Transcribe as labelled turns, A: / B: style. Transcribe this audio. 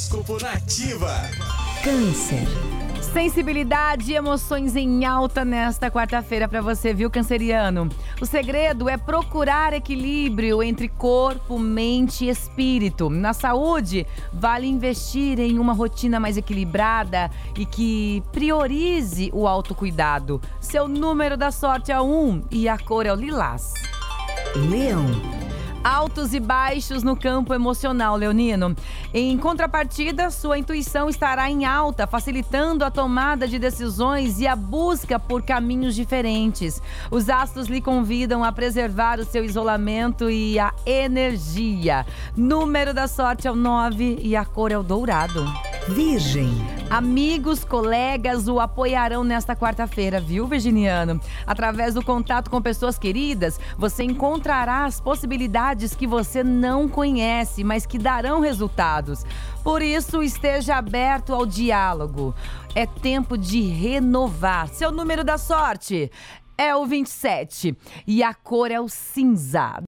A: Horóscopo Nativa.
B: Câncer. Sensibilidade e emoções em alta nesta quarta-feira para você, viu, canceriano? O segredo é procurar equilíbrio entre corpo, mente e espírito. Na saúde, vale investir em uma rotina mais equilibrada e que priorize o autocuidado. Seu número da sorte é 1 e a cor é o lilás.
C: Leão.
B: Altos e baixos no campo emocional, leonino. Em contrapartida, sua intuição estará em alta, facilitando a tomada de decisões e a busca por caminhos diferentes. Os astros lhe convidam a preservar o seu isolamento e a energia. Número da sorte é o 9 e a cor é o dourado.
C: Virgem.
B: Amigos, colegas o apoiarão nesta quarta-feira, viu, virginiano? Através do contato com pessoas queridas, você encontrará as possibilidades que você não conhece, mas que darão resultados. Por isso, esteja aberto ao diálogo. É tempo de renovar. Seu número da sorte é o 27 e a cor é o cinza.